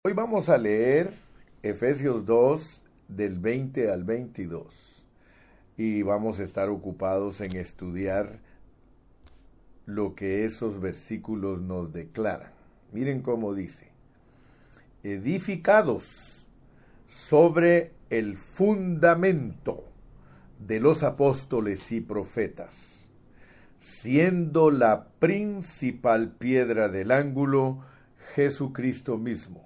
Hoy vamos a leer Efesios 2 del 20 al 22 y vamos a estar ocupados en estudiar lo que esos versículos nos declaran. Miren cómo dice: edificados sobre el fundamento de los apóstoles y profetas, siendo la principal piedra del ángulo Jesucristo mismo,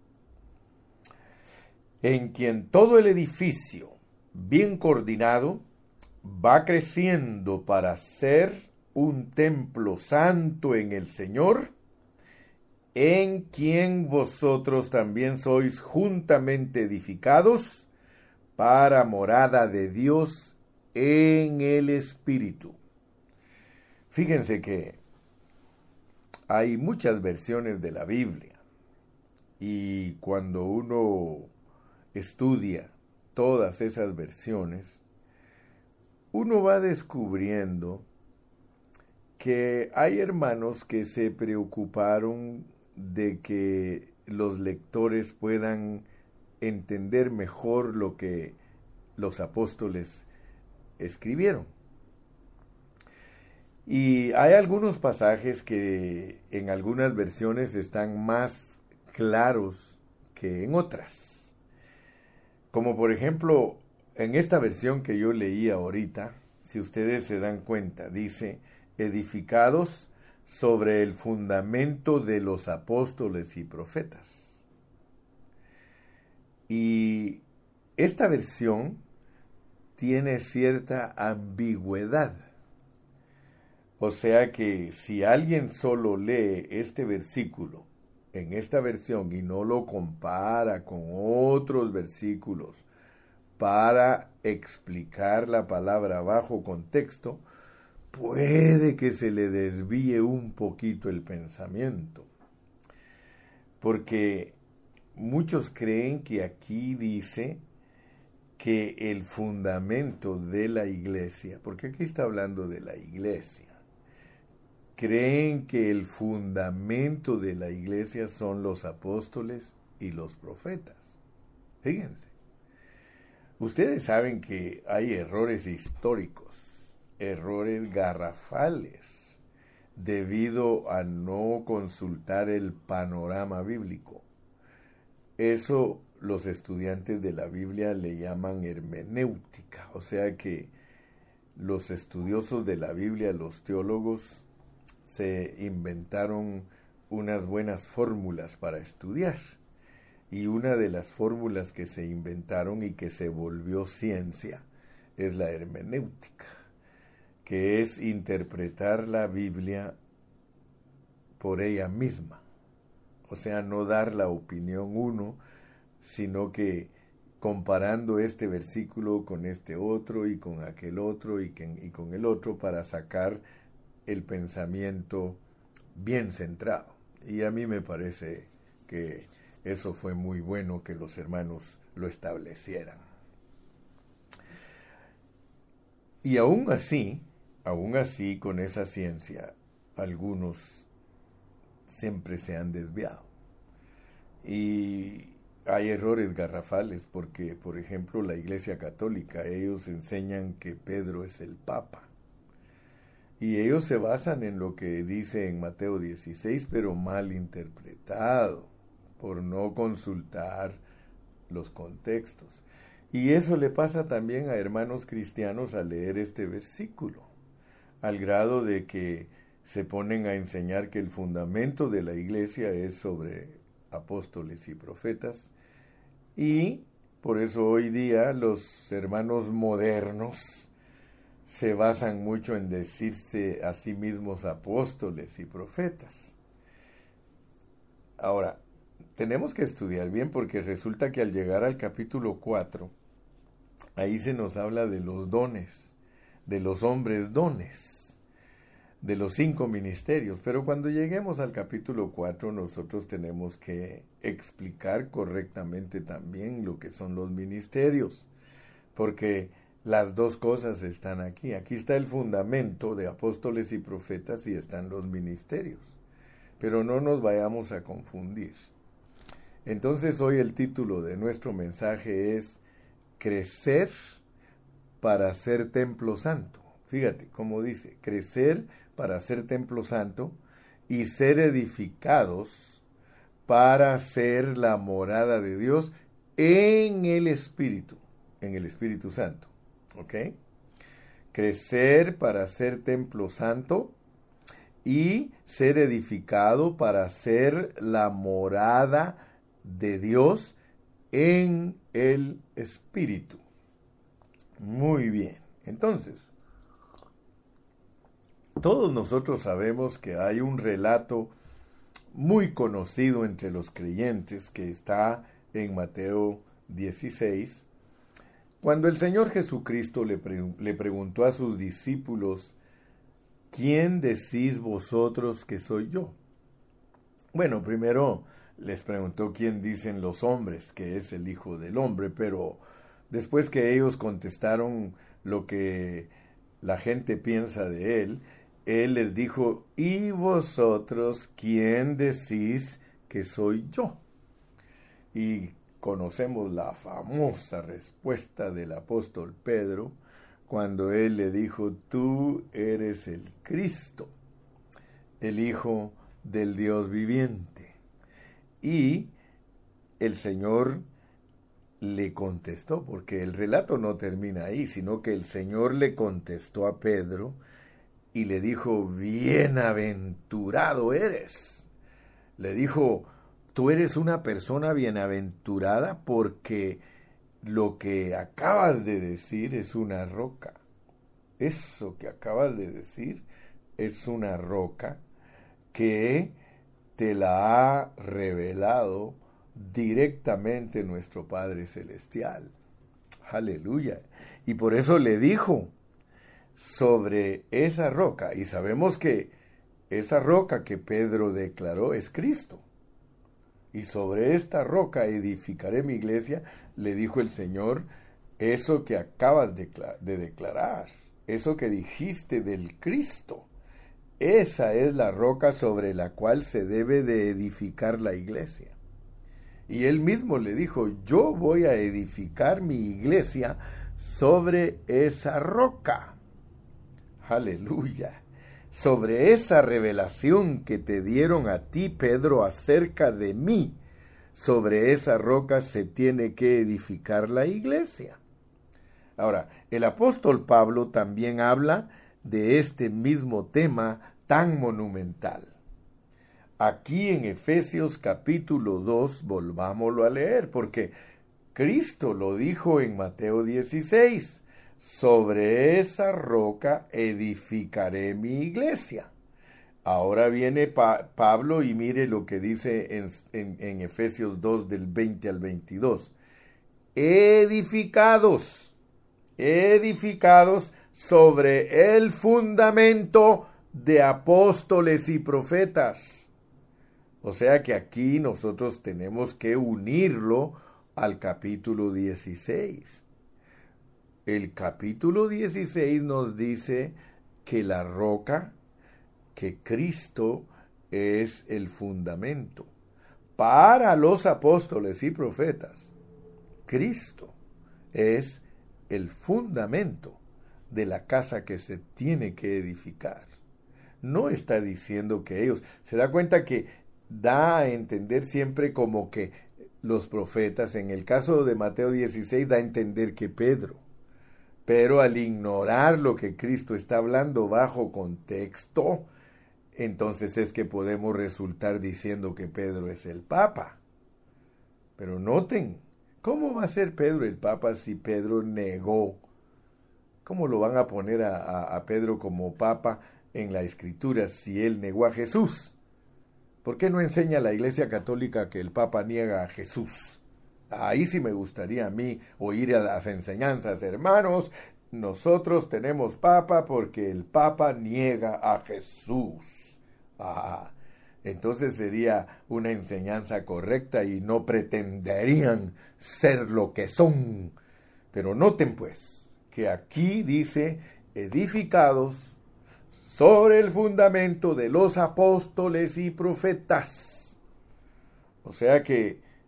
en quien todo el edificio, bien coordinado, va creciendo para ser un templo santo en el Señor, en quien vosotros también sois juntamente edificados para morada de Dios en el Espíritu. Fíjense que hay muchas versiones de la Biblia y cuando uno estudia todas esas versiones, uno va descubriendo que hay hermanos que se preocuparon de que los lectores puedan entender mejor lo que los apóstoles escribieron. Y hay algunos pasajes que en algunas versiones están más claros que en otras. Como por ejemplo, en esta versión que yo leí ahorita, si ustedes se dan cuenta, dice, edificados sobre el fundamento de los apóstoles y profetas. Y esta versión tiene cierta ambigüedad. O sea que si alguien solo lee este versículo en esta versión y no lo compara con otros versículos para explicar la palabra bajo contexto, puede que se le desvíe un poquito el pensamiento. Porque muchos creen que aquí dice que el fundamento de la iglesia, porque aquí está hablando de la iglesia, creen que el fundamento de la iglesia son los apóstoles y los profetas. Fíjense, ustedes saben que hay errores históricos, errores garrafales, debido a no consultar el panorama bíblico. Eso los estudiantes de la Biblia le llaman hermenéutica, o sea que los estudiosos de la Biblia, los teólogos, se inventaron unas buenas fórmulas para estudiar. Y una de las fórmulas que se inventaron y que se volvió ciencia es la hermenéutica, que es interpretar la Biblia por ella misma. O sea, no dar la opinión uno, sino que comparando este versículo con este otro y con aquel otro y con el otro para sacar el pensamiento bien centrado. Y a mí me parece que eso fue muy bueno que los hermanos lo establecieran. Y aún así, con esa ciencia, algunos siempre se han desviado. Y hay errores garrafales porque, por ejemplo, la Iglesia Católica, ellos enseñan que Pedro es el Papa. Y ellos se basan en lo que dice en Mateo 16, pero mal interpretado, por no consultar los contextos. Y eso le pasa también a hermanos cristianos al leer este versículo, al grado de que se ponen a enseñar que el fundamento de la iglesia es sobre apóstoles y profetas, y por eso hoy día los hermanos modernos se basan mucho en decirse a sí mismos apóstoles y profetas. Ahora, tenemos que estudiar bien porque resulta que al llegar al capítulo 4, ahí se nos habla de los dones, de los hombres dones, de los 5 ministerios. Pero cuando lleguemos al capítulo 4, nosotros tenemos que explicar correctamente también lo que son los ministerios, porque las dos cosas están aquí. Aquí está el fundamento de apóstoles y profetas y están los ministerios. Pero no nos vayamos a confundir. Entonces hoy el título de nuestro mensaje es Crecer para ser templo santo. Fíjate cómo dice, crecer para ser templo santo y ser edificados para ser la morada de Dios en el Espíritu Santo. ¿Ok? Crecer para ser templo santo y ser edificado para ser la morada de Dios en el Espíritu. Muy bien. Entonces, todos nosotros sabemos que hay un relato muy conocido entre los creyentes que está en Mateo 16, cuando el Señor Jesucristo le preguntó a sus discípulos, ¿quién decís vosotros que soy yo? Bueno, primero les preguntó quién dicen los hombres que es el Hijo del Hombre, pero después que ellos contestaron lo que la gente piensa de él, él les dijo, ¿y vosotros quién decís que soy yo? Y conocemos la famosa respuesta del apóstol Pedro cuando él le dijo, tú eres el Cristo, el Hijo del Dios viviente. Y el Señor le contestó, porque el relato no termina ahí, sino que el Señor le contestó a Pedro y le dijo, bienaventurado eres. Le dijo, tú eres una persona bienaventurada porque lo que acabas de decir es una roca. Eso que acabas de decir es una roca que te la ha revelado directamente nuestro Padre Celestial. Aleluya. Y por eso le dijo sobre esa roca. Y sabemos que esa roca que Pedro declaró es Cristo. Y sobre esta roca edificaré mi iglesia, le dijo el Señor, eso que acabas de declarar, eso que dijiste del Cristo. Esa es la roca sobre la cual se debe de edificar la iglesia. Y él mismo le dijo, yo voy a edificar mi iglesia sobre esa roca. Aleluya. Sobre esa revelación que te dieron a ti, Pedro, acerca de mí. Sobre esa roca se tiene que edificar la iglesia. Ahora, el apóstol Pablo también habla de este mismo tema tan monumental. Aquí en Efesios capítulo 2, volvámoslo a leer, porque Cristo lo dijo en Mateo 16, sobre esa roca edificaré mi iglesia. Ahora viene Pablo y mire lo que dice en Efesios 2 del 20 al 22. Edificados sobre el fundamento de apóstoles y profetas. O sea que aquí nosotros tenemos que unirlo al capítulo 16. El capítulo 16 nos dice que la roca, que Cristo es el fundamento. Para los apóstoles y profetas, Cristo es el fundamento de la casa que se tiene que edificar. No está diciendo que ellos, se da cuenta que da a entender siempre como que los profetas, en el caso de Mateo 16, da a entender que Pedro, pero al ignorar lo que Cristo está hablando bajo contexto, entonces es que podemos resultar diciendo que Pedro es el Papa. Pero noten, ¿cómo va a ser Pedro el Papa si Pedro negó? ¿Cómo lo van a poner a Pedro como Papa en la Escritura si él negó a Jesús? ¿Por qué no enseña la Iglesia Católica que el Papa niega a Jesús? Ahí sí me gustaría a mí oír a las enseñanzas, hermanos. Nosotros tenemos Papa porque el Papa niega a Jesús. Entonces sería una enseñanza correcta y no pretenderían ser lo que son. Pero noten pues que aquí dice edificados sobre el fundamento de los apóstoles y profetas. O sea que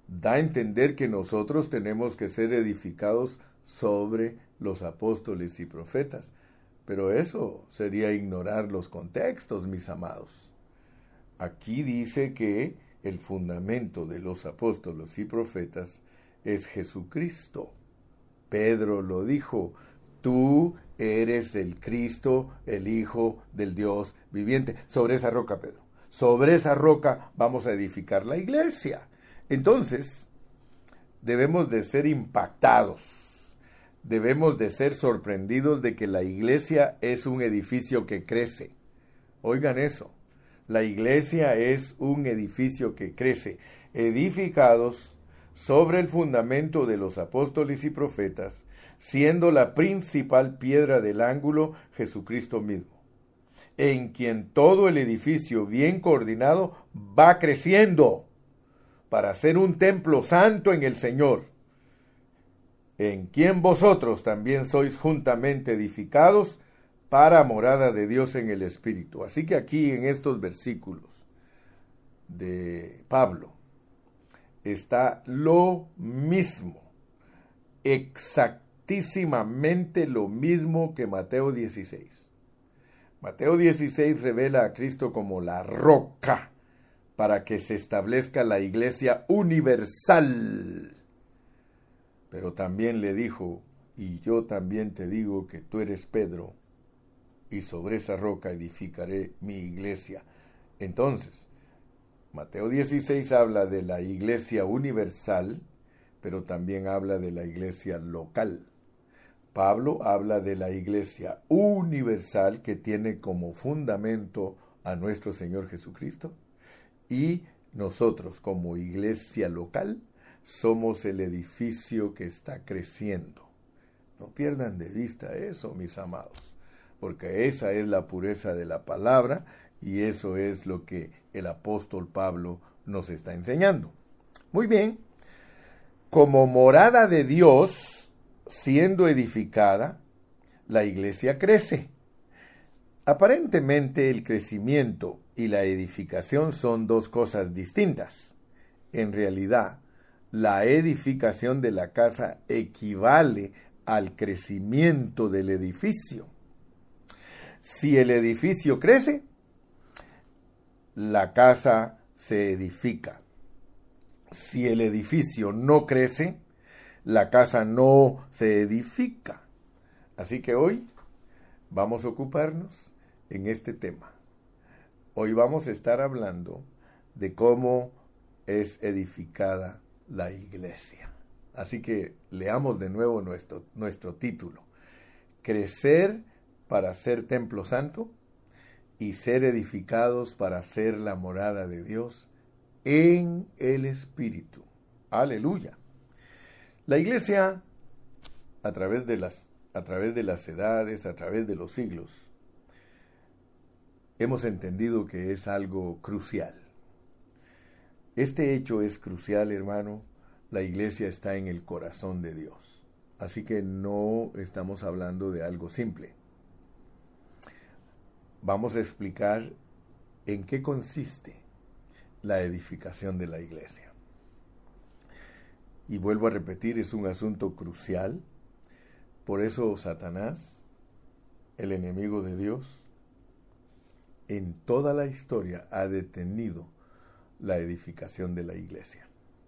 da a entender que nosotros tenemos que ser edificados sobre los apóstoles y profetas. Pero eso sería ignorar los contextos, mis amados. Aquí dice que el fundamento de los apóstoles y profetas es Jesucristo. Pedro lo dijo: tú eres el Cristo, el Hijo del Dios viviente. Sobre esa roca, Pedro, sobre esa roca vamos a edificar la iglesia. Entonces, debemos de ser impactados, debemos de ser sorprendidos de que la iglesia es un edificio que crece. Oigan eso, la iglesia es un edificio que crece, edificados sobre el fundamento de los apóstoles y profetas, siendo la principal piedra del ángulo Jesucristo mismo, en quien todo el edificio bien coordinado va creciendo para ser un templo santo en el Señor, en quien vosotros también sois juntamente edificados para morada de Dios en el Espíritu. Así que aquí en estos versículos de Pablo está lo mismo, exactísimamente lo mismo que Mateo 16. Mateo 16 revela a Cristo como la roca para que se establezca la iglesia universal. Pero también le dijo: y yo también te digo que tú eres Pedro, y sobre esa roca edificaré mi iglesia. Entonces, Mateo 16 habla de la iglesia universal, pero también habla de la iglesia local. Pablo habla de la iglesia universal, que tiene como fundamento a nuestro Señor Jesucristo, y nosotros como iglesia local somos el edificio que está creciendo. No pierdan de vista eso, mis amados, porque esa es la pureza de la palabra y eso es lo que el apóstol Pablo nos está enseñando. Muy bien, como morada de Dios siendo edificada, la iglesia crece. Aparentemente el crecimiento y la edificación son dos cosas distintas. En realidad, la edificación de la casa equivale al crecimiento del edificio. Si el edificio crece, la casa se edifica. Si el edificio no crece, la casa no se edifica. Así que hoy vamos a ocuparnos en este tema. Hoy vamos a estar hablando de cómo es edificada la iglesia. Así que leamos de nuevo nuestro título: crecer para ser templo santo y ser edificados para ser la morada de Dios en el Espíritu. Aleluya. La iglesia, a través de las edades, a través de los siglos, hemos entendido que es algo crucial. Este hecho es crucial, hermano. La iglesia está en el corazón de Dios. Así que no estamos hablando de algo simple. Vamos a explicar en qué consiste la edificación de la iglesia. Y vuelvo a repetir, es un asunto crucial. Por eso Satanás, el enemigo de Dios, en toda la historia ha detenido la edificación de la iglesia.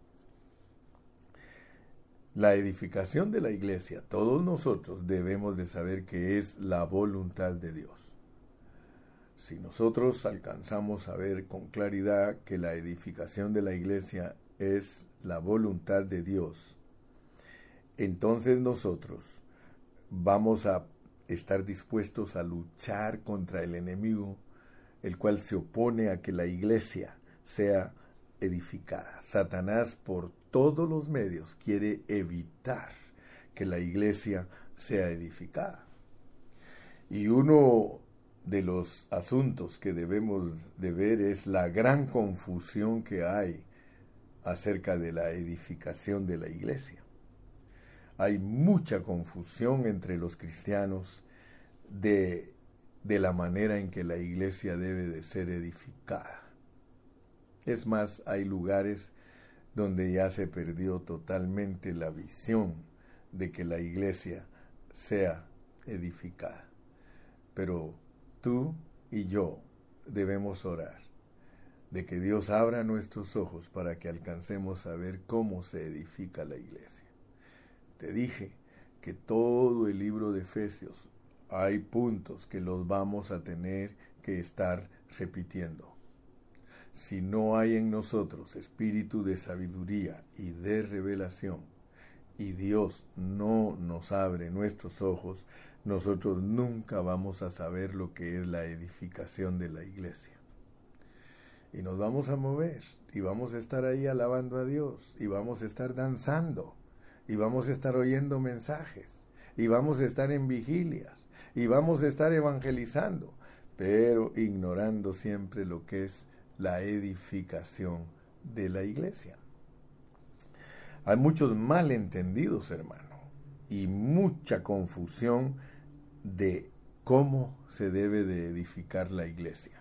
La edificación de la iglesia, todos nosotros debemos de saber que es la voluntad de Dios. Si nosotros alcanzamos a ver con claridad que la edificación de la iglesia es la voluntad de Dios, entonces nosotros vamos a estar dispuestos a luchar contra el enemigo, el cual se opone a que la iglesia sea edificada. Satanás por todos los medios quiere evitar que la iglesia sea edificada. Y uno de los asuntos que debemos de ver es la gran confusión que hay acerca de la edificación de la iglesia. Hay mucha confusión entre los cristianos de la manera en que la iglesia debe de ser edificada. Es más, hay lugares donde ya se perdió totalmente la visión de que la iglesia sea edificada. Pero tú y yo debemos orar de que Dios abra nuestros ojos para que alcancemos a ver cómo se edifica la iglesia. Te dije que todo el libro de Efesios hay puntos que los vamos a tener que estar repitiendo. Si no hay en nosotros espíritu de sabiduría y de revelación, y Dios no nos abre nuestros ojos, nosotros nunca vamos a saber lo que es la edificación de la iglesia. Y nos vamos a mover, y vamos a estar ahí alabando a Dios, y vamos a estar danzando, y vamos a estar oyendo mensajes, y vamos a estar en vigilias, y vamos a estar evangelizando, pero ignorando siempre lo que es la edificación de la iglesia. Hay muchos malentendidos, hermano, y mucha confusión de cómo se debe de edificar la iglesia.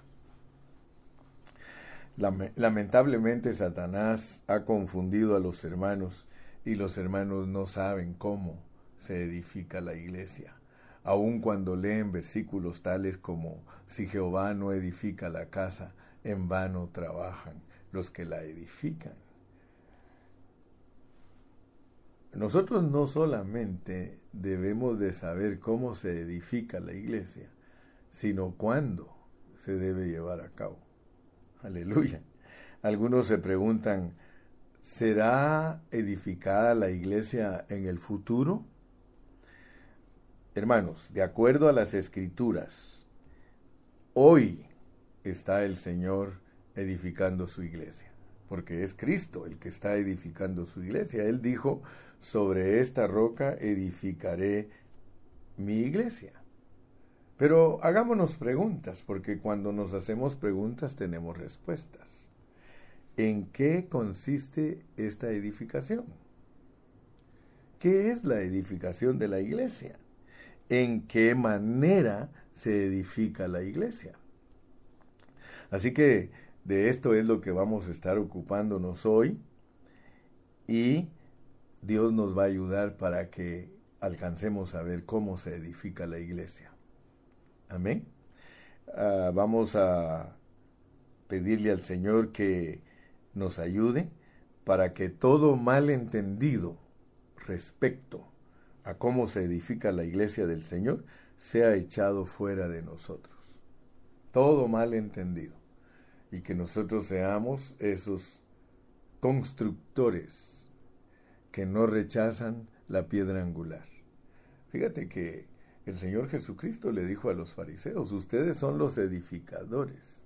Lamentablemente Satanás ha confundido a los hermanos y los hermanos no saben cómo se edifica la iglesia. Aun cuando leen versículos tales como si Jehová no edifica la casa, en vano trabajan los que la edifican. Nosotros no solamente debemos de saber cómo se edifica la iglesia, sino cuándo se debe llevar a cabo. Aleluya. Algunos se preguntan, ¿será edificada la iglesia en el futuro? Hermanos, de acuerdo a las Escrituras, hoy está el Señor edificando su iglesia, porque es Cristo el que está edificando su iglesia. Él dijo, sobre esta roca edificaré mi iglesia. Pero hagámonos preguntas, porque cuando nos hacemos preguntas tenemos respuestas. ¿En qué consiste esta edificación? ¿Qué es la edificación de la iglesia? ¿En qué manera se edifica la iglesia? Así que de esto es lo que vamos a estar ocupándonos hoy, y Dios nos va a ayudar para que alcancemos a ver cómo se edifica la iglesia. Amén. Vamos a pedirle al Señor que nos ayude para que todo malentendido respecto a cómo se edifica la iglesia del Señor sea echado fuera de nosotros. Todo malentendido. Y que nosotros seamos esos constructores que no rechazan la piedra angular. Fíjate que el Señor Jesucristo le dijo a los fariseos, ustedes son los edificadores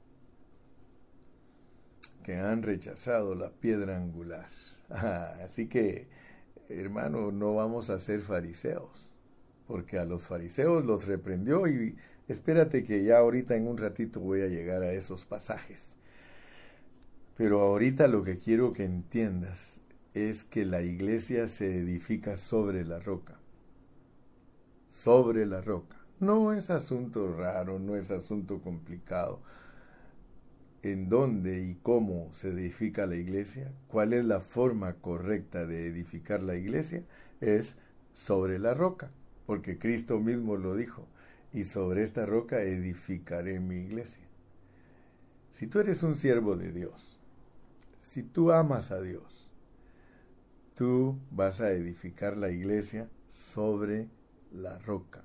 que han rechazado la piedra angular. Así que, hermano, no vamos a ser fariseos, porque a los fariseos los reprendió, y espérate que ya ahorita en un ratito voy a llegar a esos pasajes. Pero ahorita lo que quiero que entiendas es que la iglesia se edifica sobre la roca. Sobre la roca. No es asunto raro, no es asunto complicado. ¿En dónde y cómo se edifica la iglesia? ¿Cuál es la forma correcta de edificar la iglesia? Es sobre la roca, porque Cristo mismo lo dijo, y sobre esta roca edificaré mi iglesia. Si tú eres un siervo de Dios, si tú amas a Dios, tú vas a edificar la iglesia sobre la roca.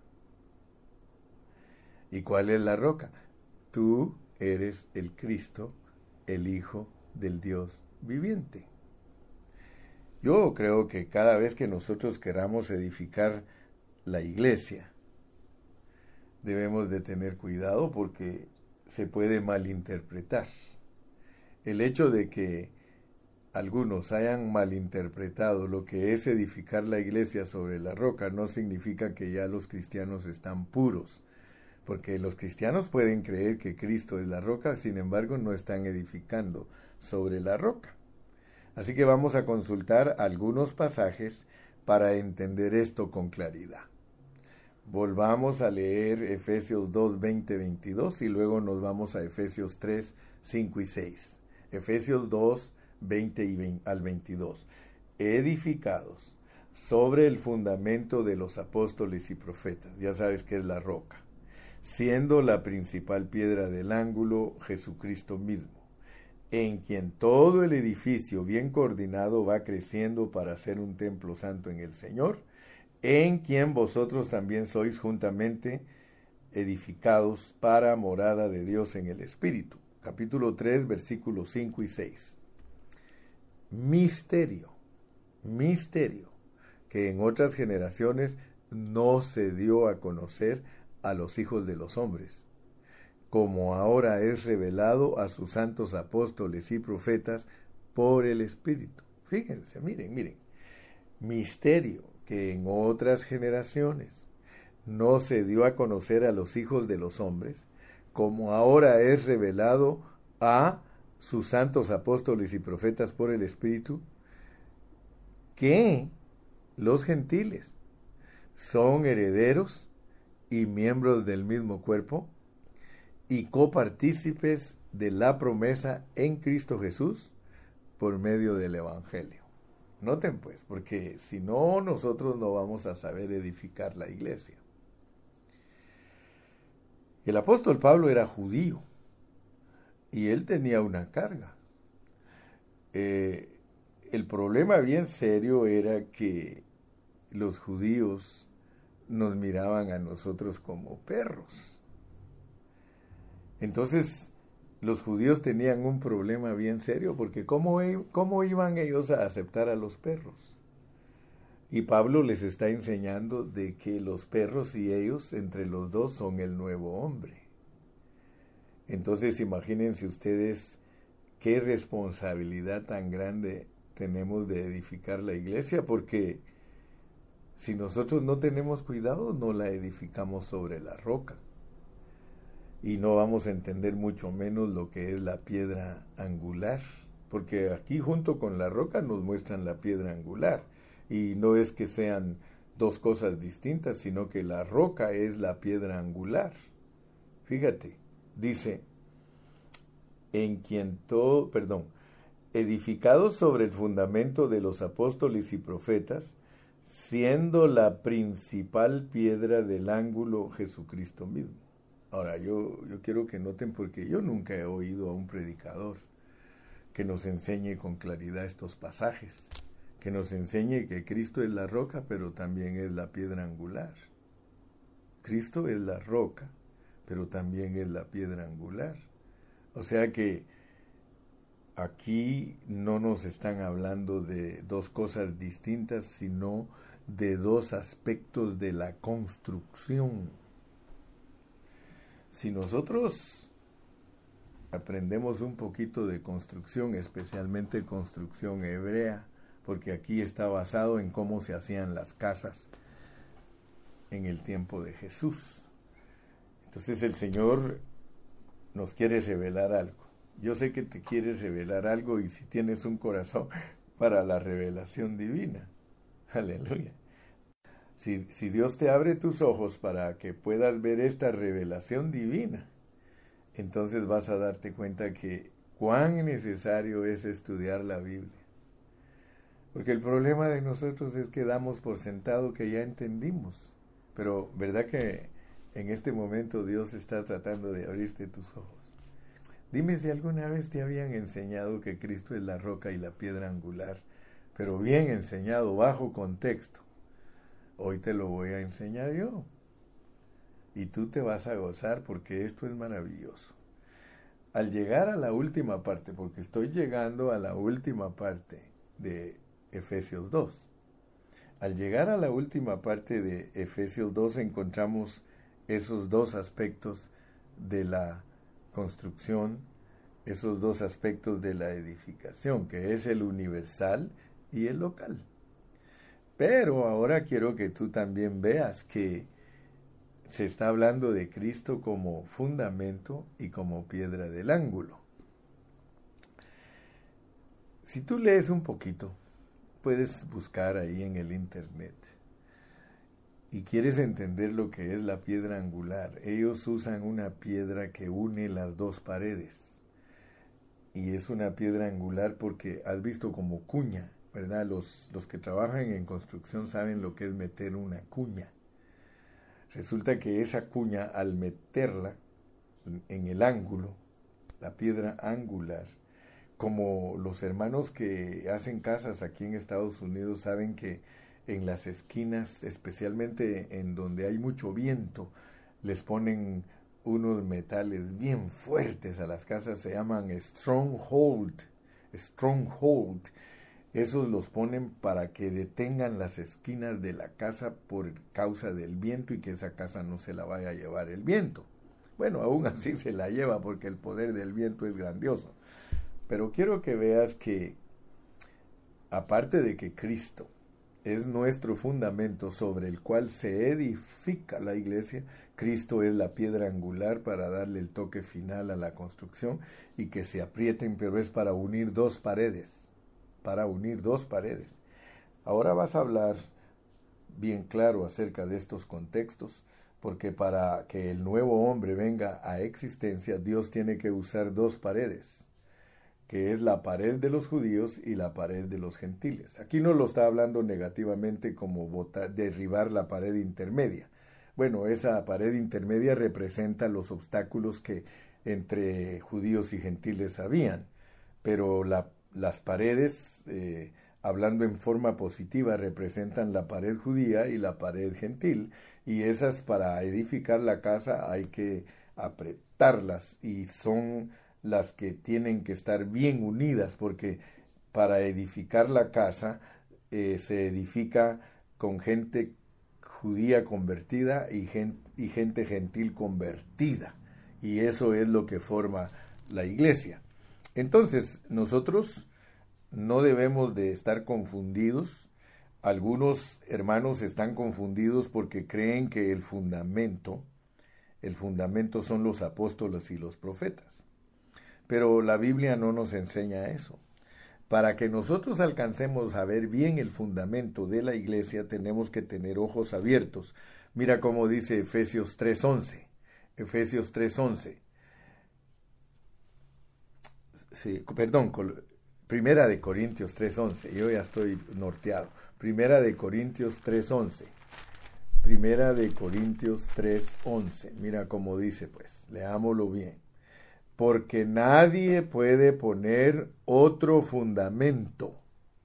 ¿Y cuál es la roca? Tú eres el Cristo, el Hijo del Dios viviente. Yo creo que cada vez que nosotros queramos edificar la iglesia, debemos de tener cuidado porque se puede malinterpretar. El hecho de que algunos hayan malinterpretado lo que es edificar la iglesia sobre la roca no significa que ya los cristianos están puros, porque los cristianos pueden creer que Cristo es la roca, sin embargo no están edificando sobre la roca. Así que vamos a consultar algunos pasajes para entender esto con claridad. Volvamos a leer Efesios 2, 20, 22 y luego nos vamos a Efesios 3, 5 y 6. Efesios 2, 20 al 22. Edificados sobre el fundamento de los apóstoles y profetas. Ya sabes que es la roca. Siendo la principal piedra del ángulo Jesucristo mismo, en quien todo el edificio bien coordinado va creciendo para ser un templo santo en el Señor, en quien vosotros también sois juntamente edificados para morada de Dios en el Espíritu. Capítulo 3, versículos 5 y 6. Misterio, que en otras generaciones no se dio a conocer a los hijos de los hombres, como ahora es revelado a sus santos apóstoles y profetas por el Espíritu. Fíjense, miren. Misterio que en otras generaciones no se dio a conocer a los hijos de los hombres, como ahora es revelado a sus santos apóstoles y profetas por el Espíritu, que los gentiles son herederos y miembros del mismo cuerpo y copartícipes de la promesa en Cristo Jesús por medio del Evangelio. Noten pues, porque si no, nosotros no vamos a saber edificar la iglesia. El apóstol Pablo era judío y él tenía una carga. El problema bien serio era que los judíos nos miraban a nosotros como perros. Entonces, los judíos tenían un problema bien serio, porque ¿cómo iban ellos a aceptar a los perros? Y Pablo les está enseñando de que los perros y ellos, entre los dos, son el nuevo hombre. Entonces, imagínense ustedes qué responsabilidad tan grande tenemos de edificar la iglesia, porque si nosotros no tenemos cuidado, no la edificamos sobre la roca. Y no vamos a entender mucho menos lo que es la piedra angular, porque aquí junto con la roca nos muestran la piedra angular, y no es que sean dos cosas distintas, sino que la roca es la piedra angular. Fíjate, dice, edificados sobre el fundamento de los apóstoles y profetas, siendo la principal piedra del ángulo Jesucristo mismo. Ahora, yo quiero que noten, porque yo nunca he oído a un predicador que nos enseñe con claridad estos pasajes, que nos enseñe que Cristo es la roca, pero también es la piedra angular. Cristo es la roca, pero también es la piedra angular. O sea que aquí no nos están hablando de dos cosas distintas, sino de dos aspectos de la construcción. Si nosotros aprendemos un poquito de construcción, especialmente construcción hebrea, porque aquí está basado en cómo se hacían las casas en el tiempo de Jesús. Entonces el Señor nos quiere revelar algo. Yo sé que te quiere revelar algo, y si tienes un corazón para la revelación divina. Aleluya. Si Dios te abre tus ojos para que puedas ver esta revelación divina, entonces vas a darte cuenta que cuán necesario es estudiar la Biblia. Porque el problema de nosotros es que damos por sentado que ya entendimos. Pero ¿verdad que en este momento Dios está tratando de abrirte tus ojos? Dime si alguna vez te habían enseñado que Cristo es la roca y la piedra angular, pero bien enseñado, bajo contexto. Hoy te lo voy a enseñar yo. Y tú te vas a gozar, porque esto es maravilloso. Al llegar a la última parte, porque estoy llegando a la última parte de Efesios 2. Al llegar a la última parte de Efesios 2 encontramos esos dos aspectos de la construcción, esos dos aspectos de la edificación, que es el universal y el local. Pero ahora quiero que tú también veas que se está hablando de Cristo como fundamento y como piedra del ángulo. Si tú lees un poquito, puedes buscar ahí en el internet, y quieres entender lo que es la piedra angular. Ellos usan una piedra que une las dos paredes. y es una piedra angular porque has visto como cuña, ¿verdad? Los que trabajan en construcción saben lo que es meter una cuña. Resulta que esa cuña, al meterla en el ángulo, la piedra angular, como los hermanos que hacen casas aquí en Estados Unidos saben que en las esquinas, especialmente en donde hay mucho viento, les ponen unos metales bien fuertes a las casas, se llaman stronghold. Esos los ponen para que detengan las esquinas de la casa por causa del viento y que esa casa no se la vaya a llevar el viento. Bueno, aún así se la lleva porque el poder del viento es grandioso. Pero quiero que veas que, aparte de que Cristo es nuestro fundamento sobre el cual se edifica la iglesia, Cristo es la piedra angular para darle el toque final a la construcción y que se aprieten, pero es para unir dos paredes. Ahora vas a hablar bien claro acerca de estos contextos, porque para que el nuevo hombre venga a existencia, Dios tiene que usar dos paredes, que es la pared de los judíos y la pared de los gentiles. Aquí no lo está hablando negativamente como derribar la pared intermedia. Bueno, esa pared intermedia representa los obstáculos que entre judíos y gentiles habían, pero las paredes, hablando en forma positiva, representan la pared judía y la pared gentil, y esas para edificar la casa hay que apretarlas y son las que tienen que estar bien unidas, porque para edificar la casa se edifica con gente judía convertida y gente gentil convertida, y eso es lo que forma la iglesia. Entonces, nosotros no debemos de estar confundidos. Algunos hermanos están confundidos porque creen que el fundamento son los apóstoles y los profetas. Pero la Biblia no nos enseña eso. Para que nosotros alcancemos a ver bien el fundamento de la iglesia, tenemos que tener ojos abiertos. Mira cómo dice Efesios 3:11. Efesios 3:11. Sí, perdón, Primera de Corintios 3:11. Yo ya estoy norteado. Primera de Corintios 3:11. Primera de Corintios 3:11. Mira cómo dice, pues, leámoslo bien. Porque nadie puede poner otro fundamento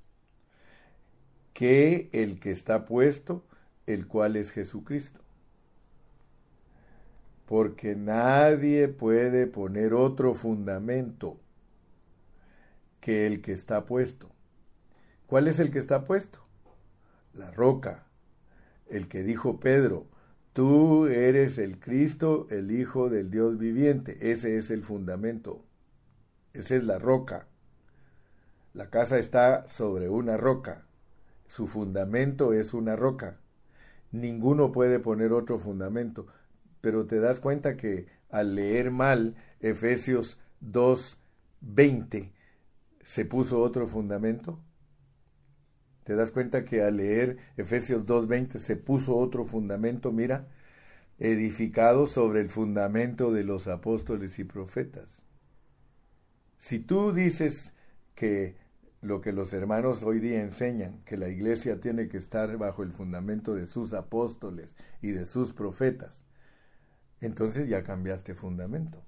que el que está puesto, el cual es Jesucristo. Porque nadie puede poner otro fundamento que el que está puesto. ¿Cuál es el que está puesto? La roca. El que dijo Pedro, tú eres el Cristo, el Hijo del Dios viviente. Ese es el fundamento. Esa es la roca. La casa está sobre una roca. Su fundamento es una roca. Ninguno puede poner otro fundamento. Pero te das cuenta que al leer mal Efesios 2:20, ¿se puso otro fundamento? ¿Te das cuenta que al leer Efesios 2:20 se puso otro fundamento? Mira, edificado sobre el fundamento de los apóstoles y profetas. Si tú dices que lo que los hermanos hoy día enseñan, que la iglesia tiene que estar bajo el fundamento de sus apóstoles y de sus profetas, entonces ya cambiaste fundamento.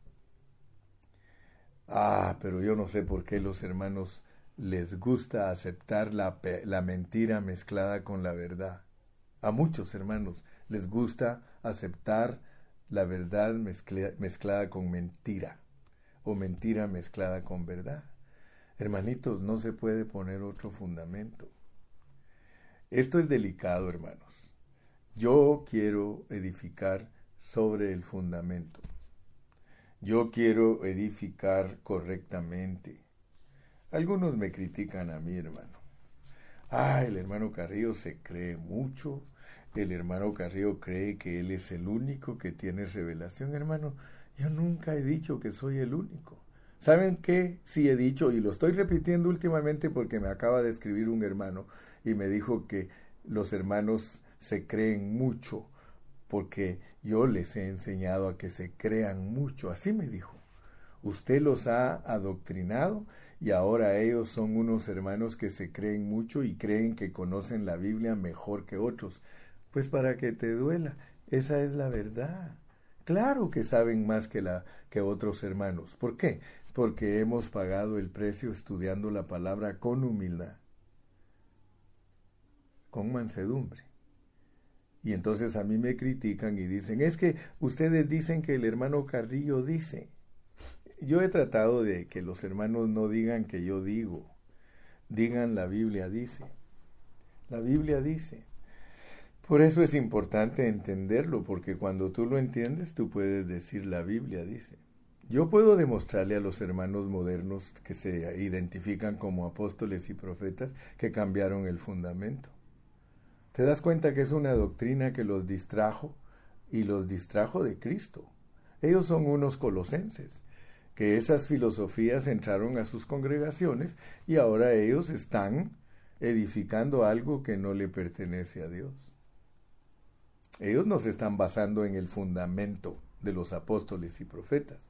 Pero yo no sé por qué los hermanos les gusta aceptar la mentira mezclada con la verdad. A muchos hermanos les gusta aceptar la verdad mezclada con mentira, o mentira mezclada con verdad. Hermanitos, no se puede poner otro fundamento. Esto es delicado, hermanos. Yo quiero edificar sobre el fundamento. Yo quiero edificar correctamente. Algunos me critican a mí, hermano. El hermano Carrillo se cree mucho. El hermano Carrillo cree que él es el único que tiene revelación. Hermano, yo nunca he dicho que soy el único. ¿Saben qué? Sí he dicho, y lo estoy repitiendo últimamente porque me acaba de escribir un hermano y me dijo que los hermanos se creen mucho porque yo les he enseñado a que se crean mucho. Así me dijo. Usted los ha adoctrinado y ahora ellos son unos hermanos que se creen mucho y creen que conocen la Biblia mejor que otros. Pues para que te duela, esa es la verdad. Claro que saben más que otros hermanos. ¿Por qué? Porque hemos pagado el precio estudiando la palabra con humildad, con mansedumbre. Y entonces a mí me critican y dicen, es que ustedes dicen que el hermano Carrillo dice. Yo he tratado de que los hermanos no digan que yo digo, digan la Biblia dice. La Biblia dice. Por eso es importante entenderlo, porque cuando tú lo entiendes, tú puedes decir la Biblia dice. Yo puedo demostrarle a los hermanos modernos que se identifican como apóstoles y profetas que cambiaron el fundamento. ¿Te das cuenta que es una doctrina que los distrajo y los distrajo de Cristo? Ellos son unos colosenses, que esas filosofías entraron a sus congregaciones y ahora ellos están edificando algo que no le pertenece a Dios. Ellos no se están basando en el fundamento de los apóstoles y profetas.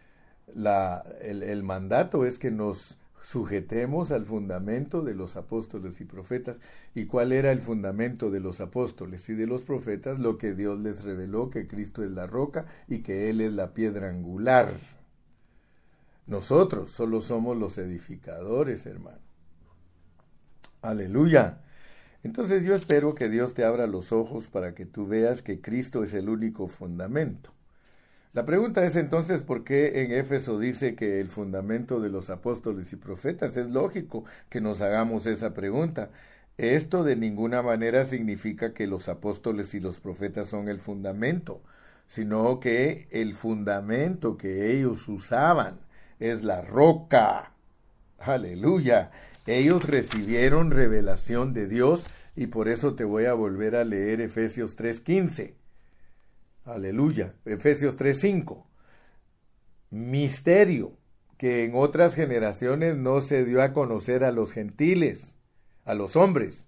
El mandato es que nos sujetemos al fundamento de los apóstoles y profetas. ¿Y cuál era el fundamento de los apóstoles y de los profetas? Lo que Dios les reveló, que Cristo es la roca y que Él es la piedra angular. Nosotros solo somos los edificadores, hermano. Aleluya. Entonces yo espero que Dios te abra los ojos para que tú veas que Cristo es el único fundamento. La pregunta es entonces, ¿por qué en Éfeso dice que el fundamento de los apóstoles y profetas? Es lógico que nos hagamos esa pregunta. Esto de ninguna manera significa que los apóstoles y los profetas son el fundamento, sino que el fundamento que ellos usaban es la roca. Aleluya. Ellos recibieron revelación de Dios y por eso te voy a volver a leer Efesios 3:15. Aleluya. Efesios 3:5. Misterio que en otras generaciones no se dio a conocer a los gentiles, a los hombres.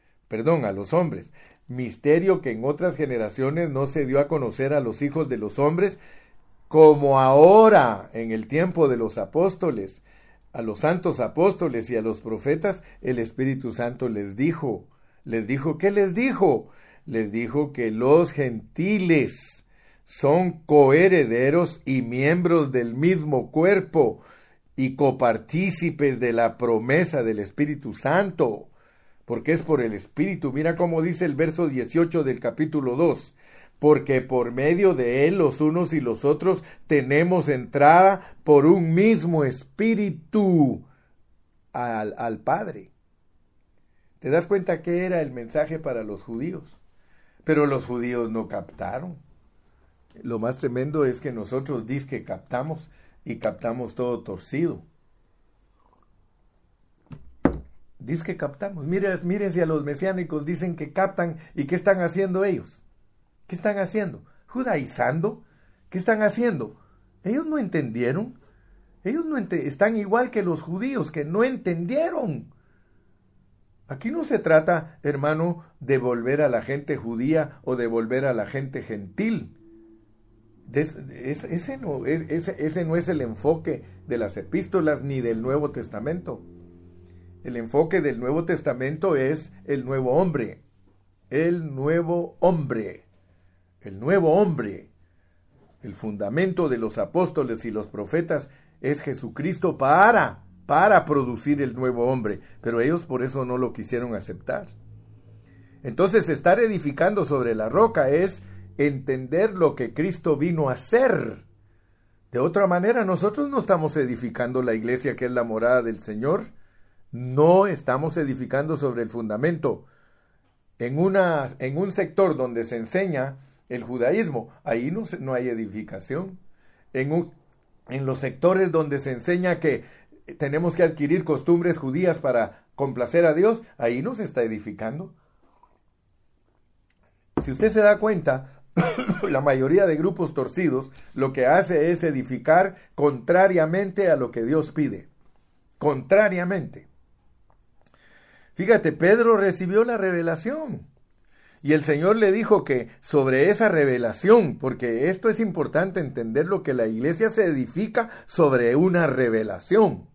Misterio que en otras generaciones no se dio a conocer a los hijos de los hombres, como ahora en el tiempo de los apóstoles, a los santos apóstoles y a los profetas, el Espíritu Santo les dijo, ¿qué les dijo? Les dijo que los gentiles son coherederos y miembros del mismo cuerpo y copartícipes de la promesa del Espíritu Santo, porque es por el Espíritu. Mira cómo dice el verso 18 del capítulo 2. Porque por medio de Él los unos y los otros tenemos entrada por un mismo Espíritu al Padre. ¿Te das cuenta que era el mensaje para los judíos? Pero los judíos no captaron. Lo más tremendo es que nosotros dizque captamos y captamos todo torcido. Dizque captamos. Mírense a los mesiánicos, dicen que captan. ¿Y qué están haciendo ellos? ¿Qué están haciendo? ¿Judaizando? ¿Qué están haciendo? Ellos no entendieron. Ellos están igual que los judíos, que no entendieron. Aquí no se trata, hermano, de volver a la gente judía o de volver a la gente gentil. Ese no es el enfoque de las epístolas ni del Nuevo Testamento. El enfoque del Nuevo Testamento es el nuevo hombre. El nuevo hombre. El nuevo hombre. El fundamento de los apóstoles y los profetas es Jesucristo para producir el nuevo hombre, pero ellos por eso no lo quisieron aceptar. Entonces, estar edificando sobre la roca es entender lo que Cristo vino a hacer. De otra manera, nosotros no estamos edificando la iglesia que es la morada del Señor. No estamos edificando sobre el fundamento. En un sector donde se enseña el judaísmo, ahí no hay edificación. En los sectores donde se enseña que tenemos que adquirir costumbres judías para complacer a Dios, ahí no se está edificando. Si usted se da cuenta, la mayoría de grupos torcidos lo que hace es edificar contrariamente a lo que Dios pide. Contrariamente. Fíjate, Pedro recibió la revelación. Y el Señor le dijo que sobre esa revelación, porque esto es importante entender, lo que la iglesia se edifica sobre una revelación.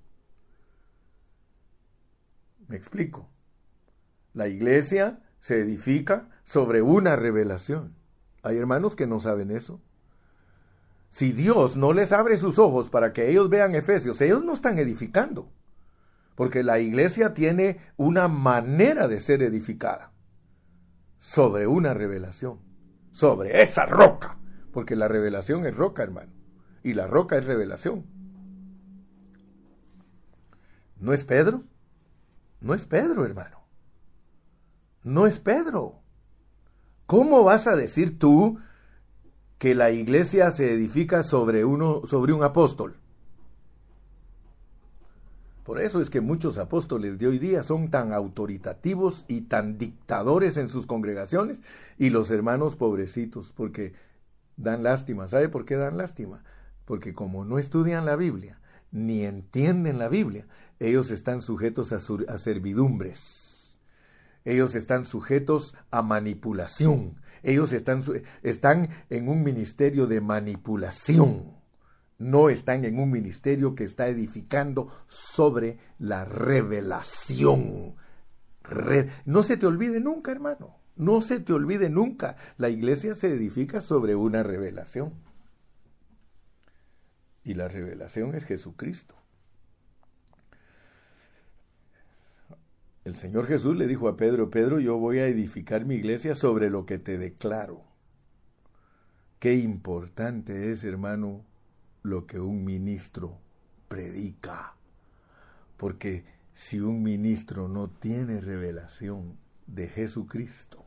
¿Me explico? La iglesia se edifica sobre una revelación. Hay hermanos que no saben eso. Si Dios no les abre sus ojos para que ellos vean Efesios, ellos no están edificando. Porque la iglesia tiene una manera de ser edificada. Sobre una revelación. Sobre esa roca. Porque la revelación es roca, hermano. Y la roca es revelación. ¿No es Pedro? No es Pedro, hermano. No es Pedro. ¿Cómo vas a decir tú que la iglesia se edifica sobre un apóstol? Por eso es que muchos apóstoles de hoy día son tan autoritativos y tan dictadores en sus congregaciones, y los hermanos pobrecitos, porque dan lástima. ¿Sabe por qué dan lástima? Porque como no estudian la Biblia, ni entienden la Biblia, ellos están sujetos a servidumbres. Ellos están sujetos a manipulación. Ellos están en un ministerio de manipulación. No están en un ministerio que está edificando sobre la revelación. No se te olvide nunca, hermano. No se te olvide nunca. La iglesia se edifica sobre una revelación. Y la revelación es Jesucristo. El Señor Jesús le dijo a Pedro: Pedro, yo voy a edificar mi iglesia sobre lo que te declaro. Qué importante es, hermano, lo que un ministro predica. Porque si un ministro no tiene revelación de Jesucristo,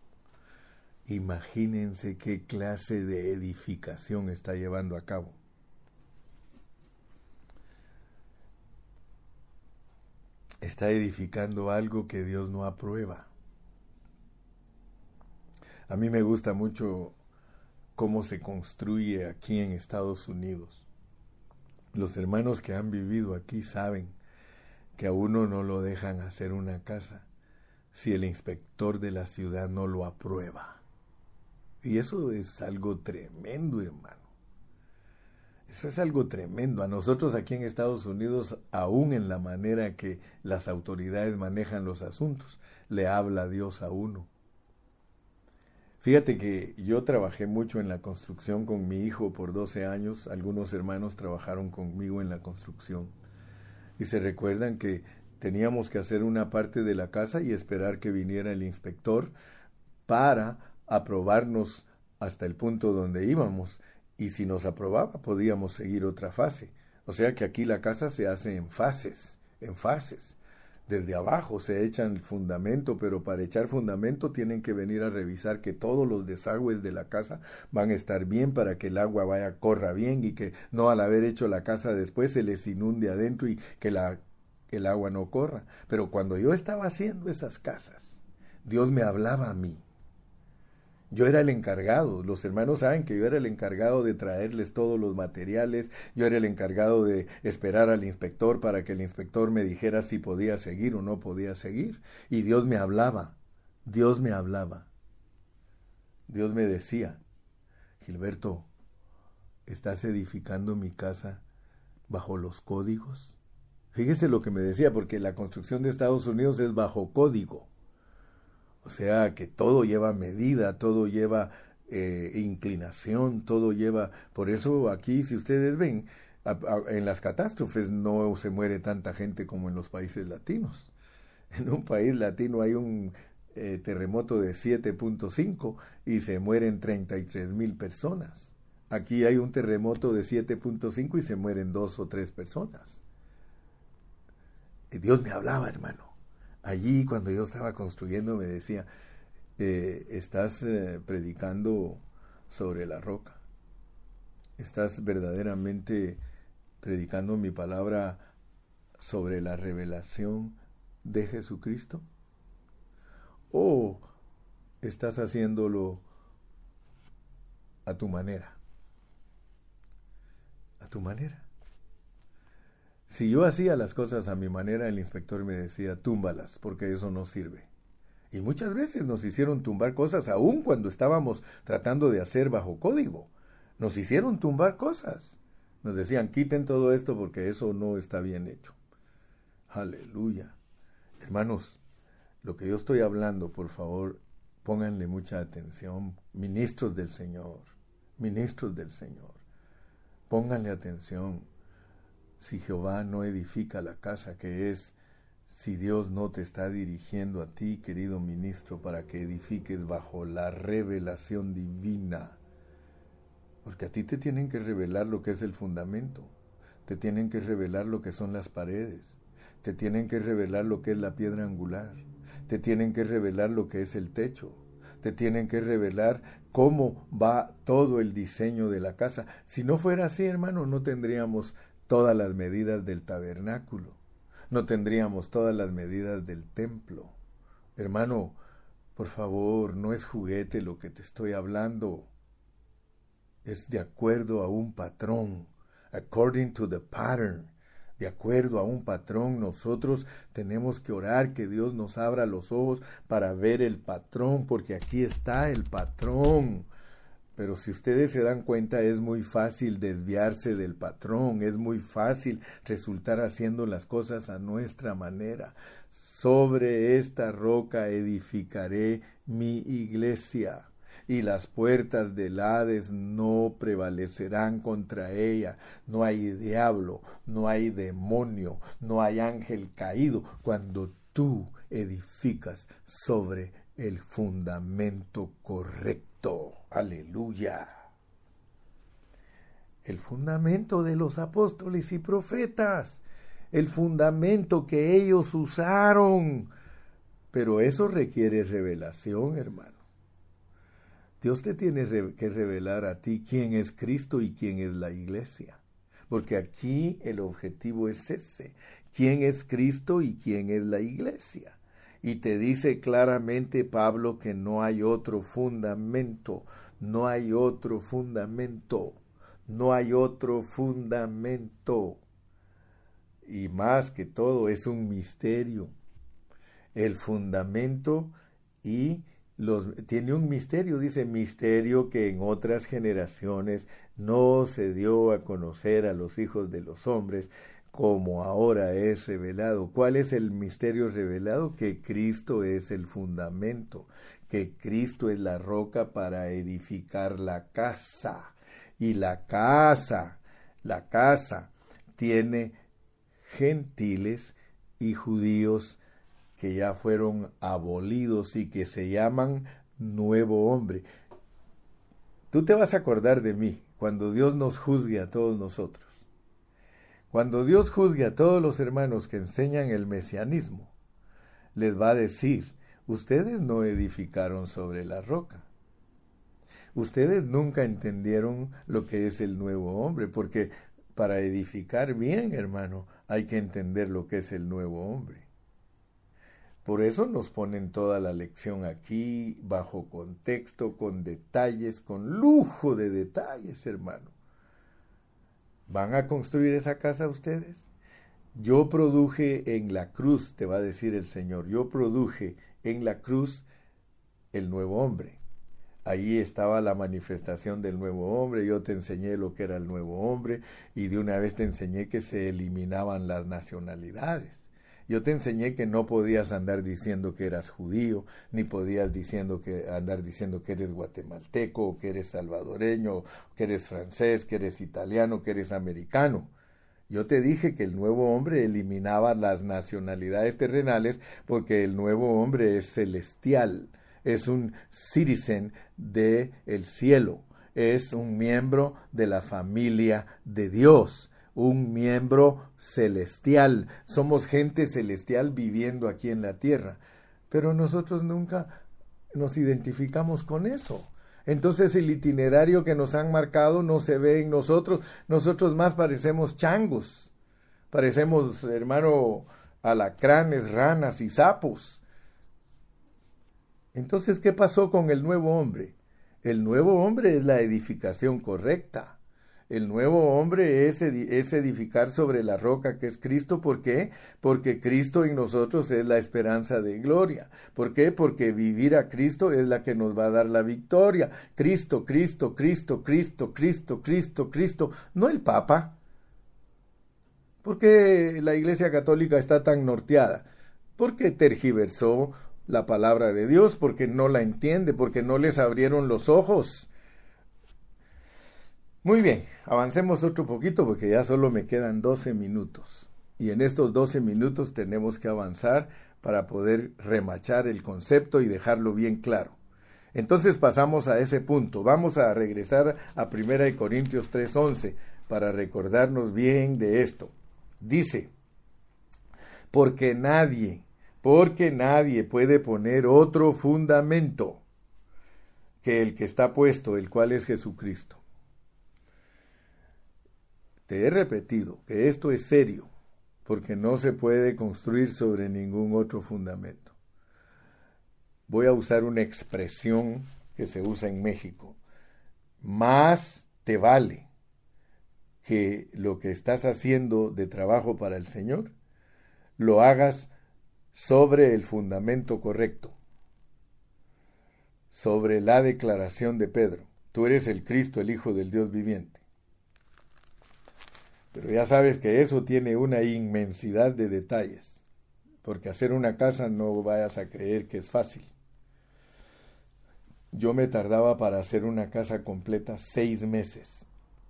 imagínense qué clase de edificación está llevando a cabo. Está edificando algo que Dios no aprueba. A mí me gusta mucho cómo se construye aquí en Estados Unidos. Los hermanos que han vivido aquí saben que a uno no lo dejan hacer una casa si el inspector de la ciudad no lo aprueba. Y eso es algo tremendo, hermano. Eso es algo tremendo. A nosotros aquí en Estados Unidos, aún en la manera que las autoridades manejan los asuntos, le habla Dios a uno. Fíjate que yo trabajé mucho en la construcción con mi hijo por 12 años. Algunos hermanos trabajaron conmigo en la construcción. Y se recuerdan que teníamos que hacer una parte de la casa y esperar que viniera el inspector para aprobarnos hasta el punto donde íbamos. Y si nos aprobaba, podíamos seguir otra fase. O sea que aquí la casa se hace en fases, en fases. Desde abajo se echan el fundamento, pero para echar fundamento tienen que venir a revisar que todos los desagües de la casa van a estar bien para que el agua corra bien y que no, al haber hecho la casa después, se les inunde adentro y que el agua no corra. Pero cuando yo estaba haciendo esas casas, Dios me hablaba a mí. Yo era el encargado. Los hermanos saben que yo era el encargado de traerles todos los materiales. Yo era el encargado de esperar al inspector para que el inspector me dijera si podía seguir o no podía seguir. Y Dios me hablaba. Dios me hablaba. Dios me decía: Gilberto, ¿estás edificando mi casa bajo los códigos? Fíjese lo que me decía, porque la construcción de Estados Unidos es bajo código. O sea que todo lleva medida, todo lleva inclinación, todo lleva... Por eso aquí, si ustedes ven, en las catástrofes no se muere tanta gente como en los países latinos. En un país latino hay un terremoto de 7.5 y se mueren 33,000 personas. Aquí hay un terremoto de 7.5 y se mueren 2 o 3 personas. Y Dios me hablaba, hermano. Allí, cuando yo estaba construyendo, me decía: estás predicando sobre la roca. ¿Estás verdaderamente predicando mi palabra sobre la revelación de Jesucristo? ¿O estás haciéndolo a tu manera? A tu manera. Si yo hacía las cosas a mi manera, el inspector me decía: túmbalas, porque eso no sirve. Y muchas veces nos hicieron tumbar cosas, aun cuando estábamos tratando de hacer bajo código. Nos hicieron tumbar cosas. Nos decían, quiten todo esto porque eso no está bien hecho. Aleluya. Hermanos, lo que yo estoy hablando, por favor, pónganle mucha atención. Ministros del Señor, pónganle atención. Si Jehová no edifica la casa que es, si Dios no te está dirigiendo a ti, querido ministro, para que edifiques bajo la revelación divina, porque a ti te tienen que revelar lo que es el fundamento, te tienen que revelar lo que son las paredes, te tienen que revelar lo que es la piedra angular, te tienen que revelar lo que es el techo, te tienen que revelar cómo va todo el diseño de la casa. Si no fuera así, hermano, no tendríamos todas las medidas del tabernáculo, no tendríamos todas las medidas del templo. Hermano, por favor, no es juguete lo que te estoy hablando. Es de acuerdo a un patrón, according to the pattern. De acuerdo a un patrón, nosotros tenemos que orar que Dios nos abra los ojos para ver el patrón, porque aquí está el patrón. Pero si ustedes se dan cuenta, es muy fácil desviarse del patrón, es muy fácil resultar haciendo las cosas a nuestra manera. Sobre esta roca edificaré mi iglesia, y las puertas del Hades no prevalecerán contra ella. No hay diablo, no hay demonio, no hay ángel caído cuando tú edificas sobre el fundamento correcto. Aleluya. El fundamento de los apóstoles y profetas, el fundamento que ellos usaron. Pero eso requiere revelación, hermano. Dios te tiene que revelar a ti quién es Cristo y quién es la iglesia. Porque aquí el objetivo es ese. ¿Quién es Cristo y quién es la iglesia? Y te dice claramente Pablo que no hay otro fundamento, no hay otro fundamento, no hay otro fundamento. Y más que todo es un misterio. El fundamento tiene un misterio, dice misterio que en otras generaciones no se dio a conocer a los hijos de los hombres, como ahora es revelado. ¿Cuál es el misterio revelado? Que Cristo es el fundamento, que Cristo es la roca para edificar la casa. Y la casa tiene gentiles y judíos que ya fueron abolidos y que se llaman nuevo hombre. Tú te vas a acordar de mí cuando Dios nos juzgue a todos nosotros. Cuando Dios juzgue a todos los hermanos que enseñan el mesianismo, les va a decir, ustedes no edificaron sobre la roca. Ustedes nunca entendieron lo que es el nuevo hombre, porque para edificar bien, hermano, hay que entender lo que es el nuevo hombre. Por eso nos ponen toda la lección aquí, bajo contexto, con detalles, con lujo de detalles, hermano. ¿Van a construir esa casa ustedes? Yo produje en la cruz, te va a decir el Señor, yo produje en la cruz el nuevo hombre. Allí estaba la manifestación del nuevo hombre, yo te enseñé lo que era el nuevo hombre y de una vez te enseñé que se eliminaban las nacionalidades. Yo te enseñé que no podías andar diciendo que eras judío, ni podías andar diciendo que eres guatemalteco, o que eres salvadoreño, o que eres francés, que eres italiano, que eres americano. Yo te dije que el nuevo hombre eliminaba las nacionalidades terrenales porque el nuevo hombre es celestial, es un citizen del cielo, es un miembro de la familia de Dios. Un miembro celestial. Somos gente celestial viviendo aquí en la tierra. Pero nosotros nunca nos identificamos con eso. Entonces el itinerario que nos han marcado no se ve en nosotros. Nosotros más parecemos changos. Parecemos, hermano, alacranes, ranas y sapos. Entonces, ¿qué pasó con el nuevo hombre? El nuevo hombre es la edificación correcta. El nuevo hombre es edificar sobre la roca que es Cristo. ¿Por qué? Porque Cristo en nosotros es la esperanza de gloria. ¿Por qué? Porque vivir a Cristo es la que nos va a dar la victoria. Cristo, Cristo, Cristo, Cristo, Cristo, Cristo, Cristo. No el Papa. ¿Por qué la Iglesia Católica está tan norteada? Porque tergiversó la palabra de Dios, porque no la entiende, porque no les abrieron los ojos. Muy bien, avancemos otro poquito porque ya solo me quedan 12 minutos. Y en estos 12 minutos tenemos que avanzar para poder remachar el concepto y dejarlo bien claro. Entonces pasamos a ese punto. Vamos a regresar a 1 Corintios 3:11 para recordarnos bien de esto. Dice, porque nadie puede poner otro fundamento que el que está puesto, el cual es Jesucristo. Te he repetido que esto es serio, porque no se puede construir sobre ningún otro fundamento. Voy a usar una expresión que se usa en México. Más te vale que lo que estás haciendo de trabajo para el Señor, lo hagas sobre el fundamento correcto, sobre la declaración de Pedro. Tú eres el Cristo, el Hijo del Dios viviente. Pero ya sabes que eso tiene una inmensidad de detalles, porque hacer una casa no vayas a creer que es fácil. Yo me tardaba para hacer una casa completa 6 meses.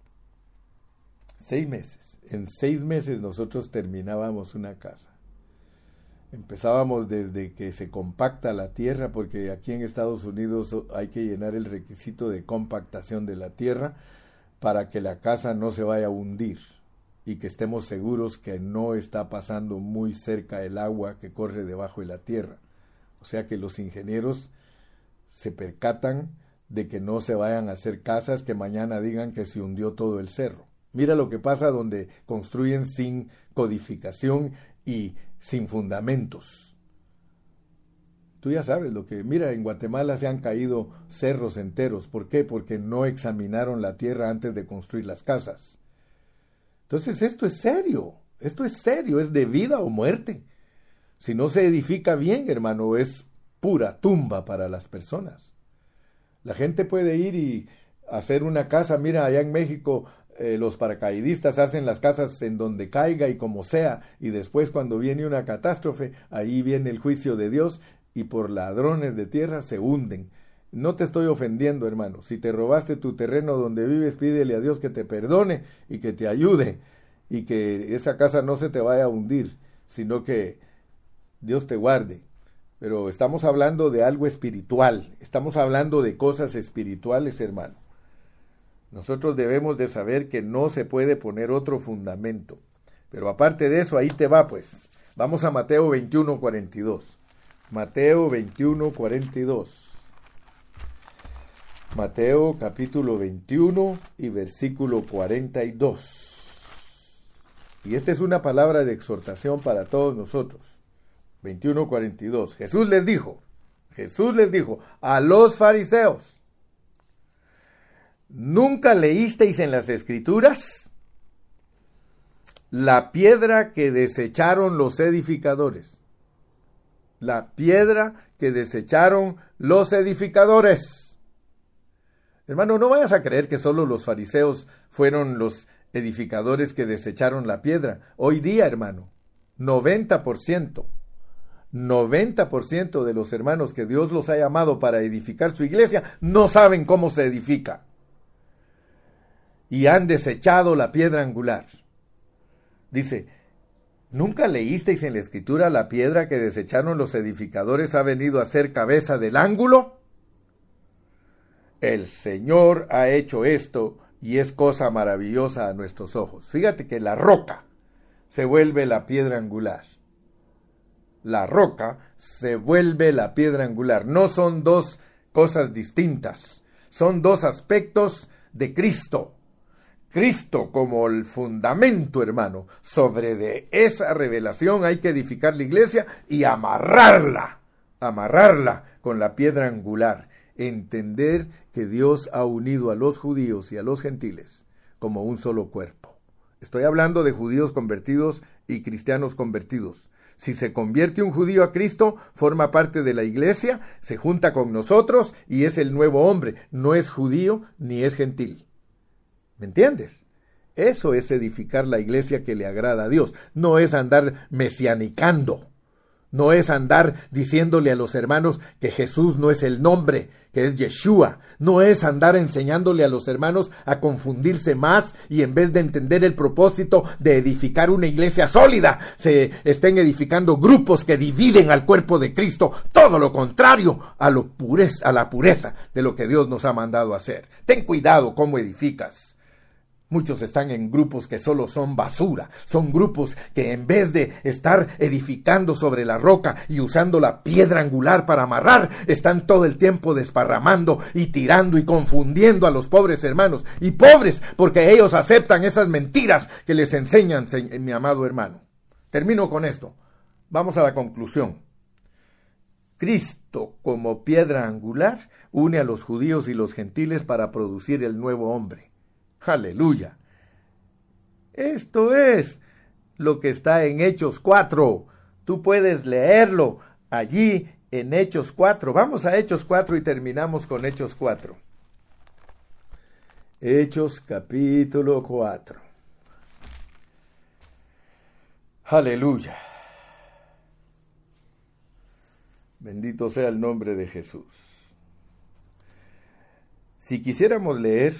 6 meses. En 6 meses nosotros terminábamos una casa. Empezábamos desde que se compacta la tierra, porque aquí en Estados Unidos hay que llenar el requisito de compactación de la tierra para que la casa no se vaya a hundir y que estemos seguros que no está pasando muy cerca el agua que corre debajo de la tierra. O sea que los ingenieros se percatan de que no se vayan a hacer casas que mañana digan que se hundió todo el cerro. Mira lo que pasa donde construyen sin codificación y sin fundamentos. Tú ya sabes lo que... Mira, en Guatemala se han caído cerros enteros. ¿Por qué? Porque no examinaron la tierra antes de construir las casas. Entonces esto es serio, es de vida o muerte. Si no se edifica bien, hermano, es pura tumba para las personas. La gente puede ir y hacer una casa. Mira, allá en México los paracaidistas hacen las casas en donde caiga y como sea, y después cuando viene una catástrofe, ahí viene el juicio de Dios y por ladrones de tierra se hunden. No te estoy ofendiendo, hermano. Si te robaste tu terreno donde vives, pídele a Dios que te perdone y que te ayude y que esa casa no se te vaya a hundir, sino que Dios te guarde. Pero estamos hablando de algo espiritual, estamos hablando de cosas espirituales, hermano. Nosotros debemos de saber que no se puede poner otro fundamento. Pero aparte de eso, ahí te va pues. Vamos a Mateo 21:42. Mateo 21:42. Mateo capítulo 21 y versículo 42. Y esta es una palabra de exhortación para todos nosotros. 21:42. Jesús les dijo a los fariseos: ¿nunca leísteis en las Escrituras la piedra que desecharon los edificadores? La piedra que desecharon los edificadores. Hermano, no vayas a creer que solo los fariseos fueron los edificadores que desecharon la piedra. Hoy día, hermano, 90% de los hermanos que Dios los ha llamado para edificar su iglesia no saben cómo se edifica. Y han desechado la piedra angular. Dice, ¿nunca leísteis en la Escritura la piedra que desecharon los edificadores ha venido a ser cabeza del ángulo? El Señor ha hecho esto y es cosa maravillosa a nuestros ojos. Fíjate que la roca se vuelve la piedra angular. La roca se vuelve la piedra angular. No son dos cosas distintas. Son dos aspectos de Cristo. Cristo como el fundamento, hermano. Sobre de esa revelación hay que edificar la iglesia y amarrarla con la piedra angular. Entender que Dios ha unido a los judíos y a los gentiles como un solo cuerpo. Estoy hablando de judíos convertidos y cristianos convertidos. Si se convierte un judío a Cristo, forma parte de la iglesia, se junta con nosotros y es el nuevo hombre. No es judío ni es gentil. ¿Me entiendes? Eso es edificar la iglesia que le agrada a Dios. No es andar mesianicando. No es andar diciéndole a los hermanos que Jesús no es el nombre, que es Yeshua. No es andar enseñándole a los hermanos a confundirse más y en vez de entender el propósito de edificar una iglesia sólida, se estén edificando grupos que dividen al cuerpo de Cristo. Todo lo contrario a la pureza de lo que Dios nos ha mandado hacer. Ten cuidado cómo edificas. Muchos están en grupos que solo son basura. Son grupos que en vez de estar edificando sobre la roca y usando la piedra angular para amarrar, están todo el tiempo desparramando y tirando y confundiendo a los pobres hermanos. Y pobres porque ellos aceptan esas mentiras que les enseñan, mi amado hermano. Termino con esto. Vamos a la conclusión. Cristo, como piedra angular, une a los judíos y los gentiles para producir el nuevo hombre. ¡Aleluya! Esto es lo que está en Hechos 4. Tú puedes leerlo allí en Hechos 4. Vamos a Hechos 4 y terminamos con Hechos 4. Hechos capítulo 4. ¡Aleluya! Bendito sea el nombre de Jesús. Si quisiéramos leer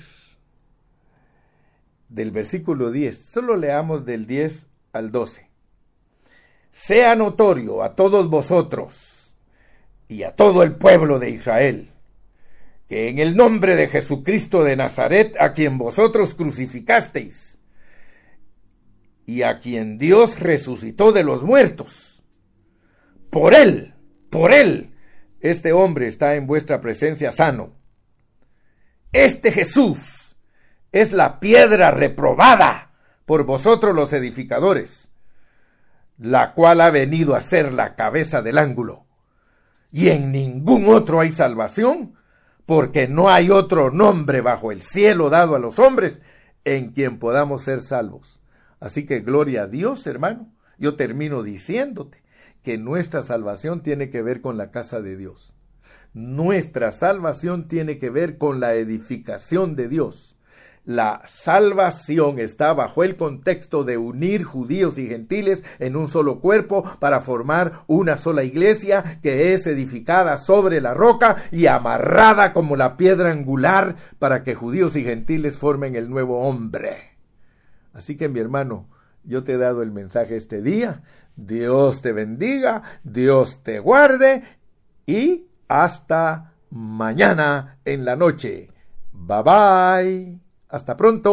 del versículo 10, solo leamos del 10 al 12. Sea notorio a todos vosotros y a todo el pueblo de Israel, que en el nombre de Jesucristo de Nazaret, a quien vosotros crucificasteis, y a quien Dios resucitó de los muertos, por él, este hombre está en vuestra presencia sano. Este Jesús es la piedra reprobada por vosotros los edificadores, la cual ha venido a ser la cabeza del ángulo. Y en ningún otro hay salvación, porque no hay otro nombre bajo el cielo dado a los hombres en quien podamos ser salvos. Así que gloria a Dios, hermano. Yo termino diciéndote que nuestra salvación tiene que ver con la casa de Dios. Nuestra salvación tiene que ver con la edificación de Dios. La salvación está bajo el contexto de unir judíos y gentiles en un solo cuerpo para formar una sola iglesia que es edificada sobre la roca y amarrada como la piedra angular para que judíos y gentiles formen el nuevo hombre. Así que, mi hermano, yo te he dado el mensaje este día. Dios te bendiga, Dios te guarde y hasta mañana en la noche. Bye bye. Hasta pronto.